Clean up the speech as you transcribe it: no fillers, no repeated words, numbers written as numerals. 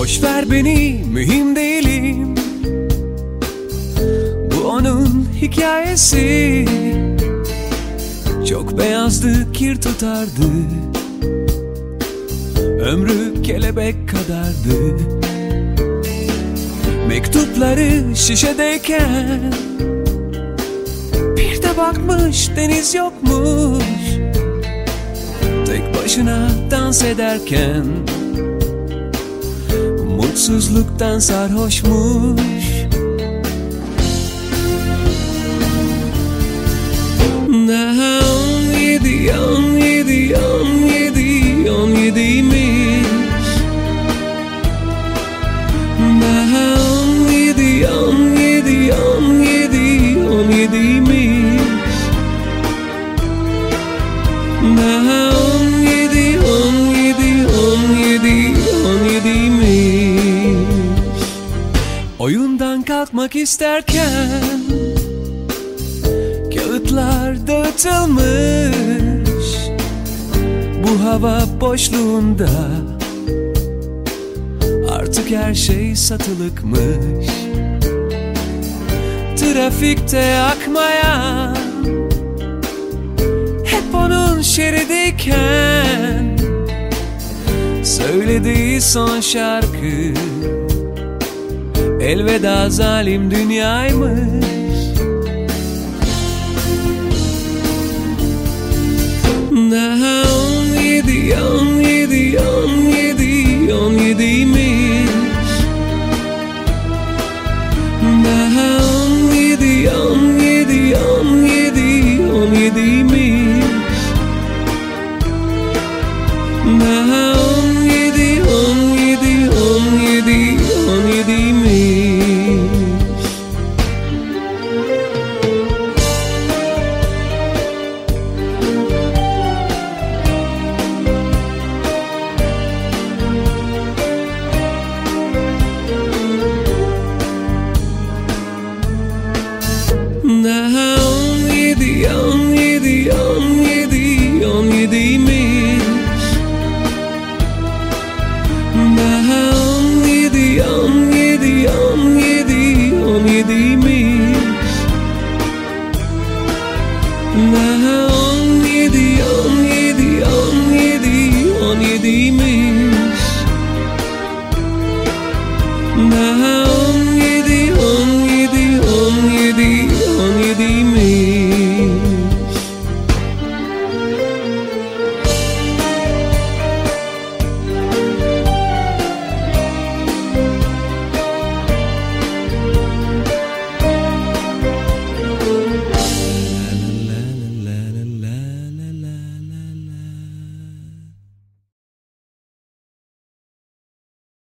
Boş ver beni, mühim değilim. Bu onun hikayesi. Çok beyazdı, kir tutardı. Ömrü kelebek kadardı. Mektupları şişedeyken bir de bakmış deniz yokmuş. Tek başına dans ederken mutsuzluktan sarhoşmuş. Daha 17, 17, 17, 17'ymiş. Daha 17, 17, 17, 17'ymiş. Daha 17, 17, 17, 17'ymiş. Oyundan kalkmak isterken kağıtlar dağıtılmış. Bu hava boşluğunda artık her şey satılıkmış. Trafikte akmayan, hep onun şeridiyken söylediği son şarkı elveda zalim dünyaymış. Daha 17, 17, 17, 17'ymiş. Daha 17, 17, 17, 17'ymiş. Daha 17, 17, 17, 17'ymiş. Daha 17, 17, 17, 17'ymiş. Daha 17, 17, 17, 17'ymiş.